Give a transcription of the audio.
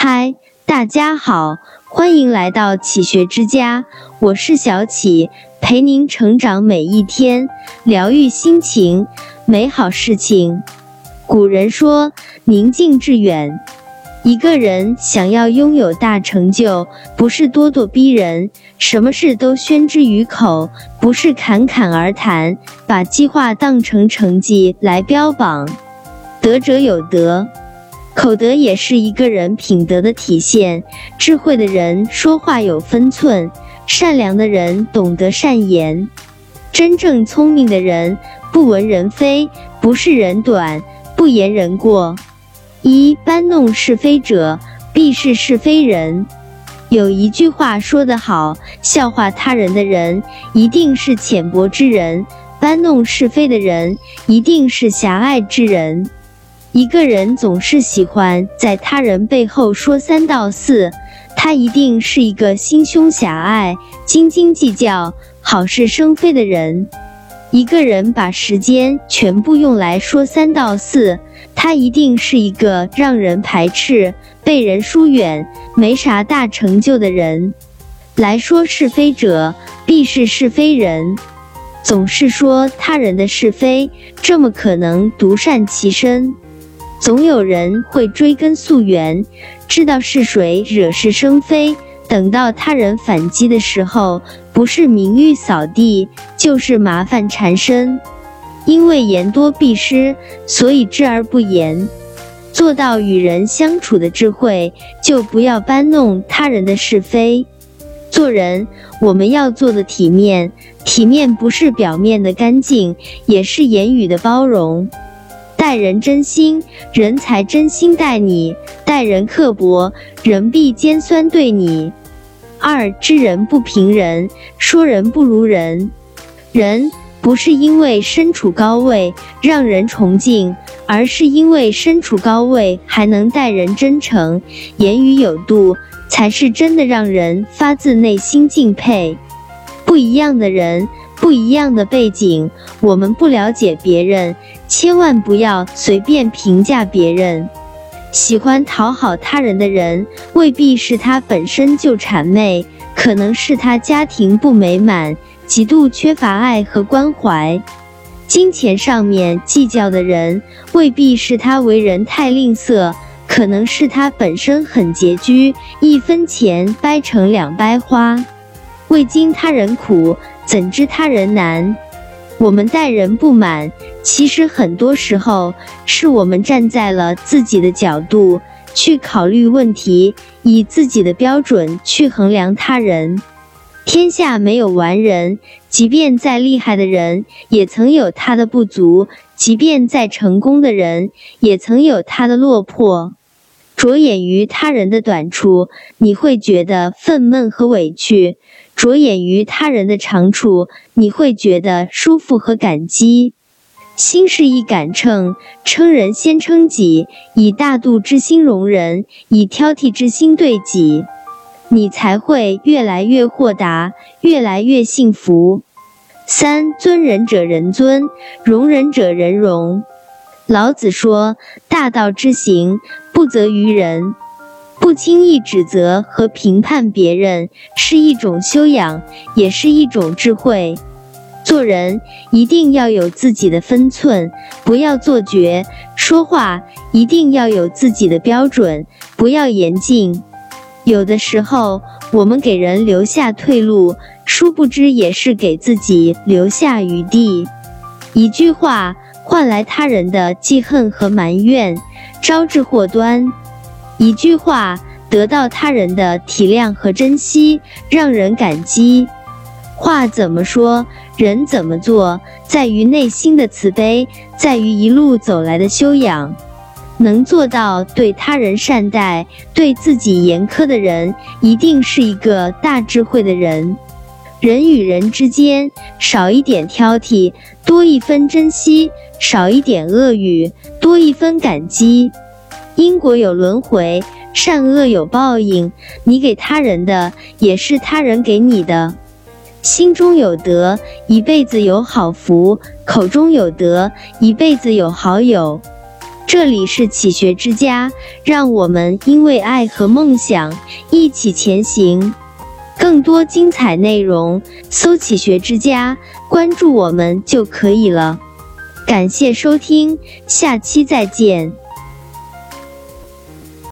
嗨，大家好，欢迎来到启学之家，我是小启，陪您成长每一天，疗愈心情，美好事情。古人说，宁静致远。一个人想要拥有大成就，不是咄咄逼人，什么事都宣之于口，不是侃侃而谈，把计划当成成绩来标榜。德者有德，口德也是一个人品德的体现。智慧的人说话有分寸，善良的人懂得善言。真正聪明的人不闻人非，不视人短，不言人过。搬弄是非者，必是是非人。有一句话说得好，笑话他人的人一定是浅薄之人，搬弄是非的人一定是狭隘之人。一个人总是喜欢在他人背后说三道四，他一定是一个心胸狭隘、斤斤计较、好事生非的人。一个人把时间全部用来说三道四，他一定是一个让人排斥、被人疏远、没啥大成就的人。来说是非者，必是是非人。总是说他人的是非，这么可能独善其身。总有人会追根溯源，知道是谁惹是生非，等到他人反击的时候，不是名誉扫地，就是麻烦缠身。因为言多必失，所以知而不言。做到与人相处的智慧，就不要搬弄他人的是非。做人，我们要做的体面，体面不是表面的干净，也是言语的包容。待人真心，人才真心待你；待人刻薄，人必尖酸对你。知人不评人，说人不如人。人不是因为身处高位让人崇敬，而是因为身处高位还能待人真诚，言语有度，才是真的让人发自内心敬佩。不一样的人，不一样的背景，我们不了解别人，千万不要随便评价别人。喜欢讨好他人的人，未必是他本身就谄媚，可能是他家庭不美满，极度缺乏爱和关怀。金钱上面计较的人，未必是他为人太吝啬，可能是他本身很拮据，一分钱掰成两掰花。未经他人苦，怎知他人难？我们待人不满，其实很多时候是我们站在了自己的角度去考虑问题，以自己的标准去衡量他人。天下没有完人，即便再厉害的人，也曾有他的不足；即便再成功的人，也曾有他的落魄。着眼于他人的短处，你会觉得愤懑和委屈；着眼于他人的长处，你会觉得舒服和感激。心是一杆秤，称人先称己，以大度之心容人，以挑剔之心对己，你才会越来越豁达，越来越幸福。尊人者人尊，容人者人容。老子说，大道之行，不责于人。不轻易指责和评判别人，是一种修养，也是一种智慧。做人一定要有自己的分寸，不要做绝；说话一定要有自己的标准，不要言尽。有的时候，我们给人留下退路，殊不知也是给自己留下余地。一句话换来他人的记恨和埋怨，招致祸端；一句话得到他人的体谅和珍惜，让人感激。话怎么说，人怎么做，在于内心的慈悲，在于一路走来的修养。能做到对他人善待，对自己严苛的人，一定是一个大智慧的人。人与人之间，少一点挑剔，多一分珍惜；少一点恶语，多一分感激。因果有轮回，善恶有报应，你给他人的，也是他人给你的。心中有德，一辈子有好福；口中有德，一辈子有好友。 这里是启学之家，让我们因为爱和梦想一起前行。更多精彩内容，搜启学之家，关注我们就可以了。感谢收听，下期再见。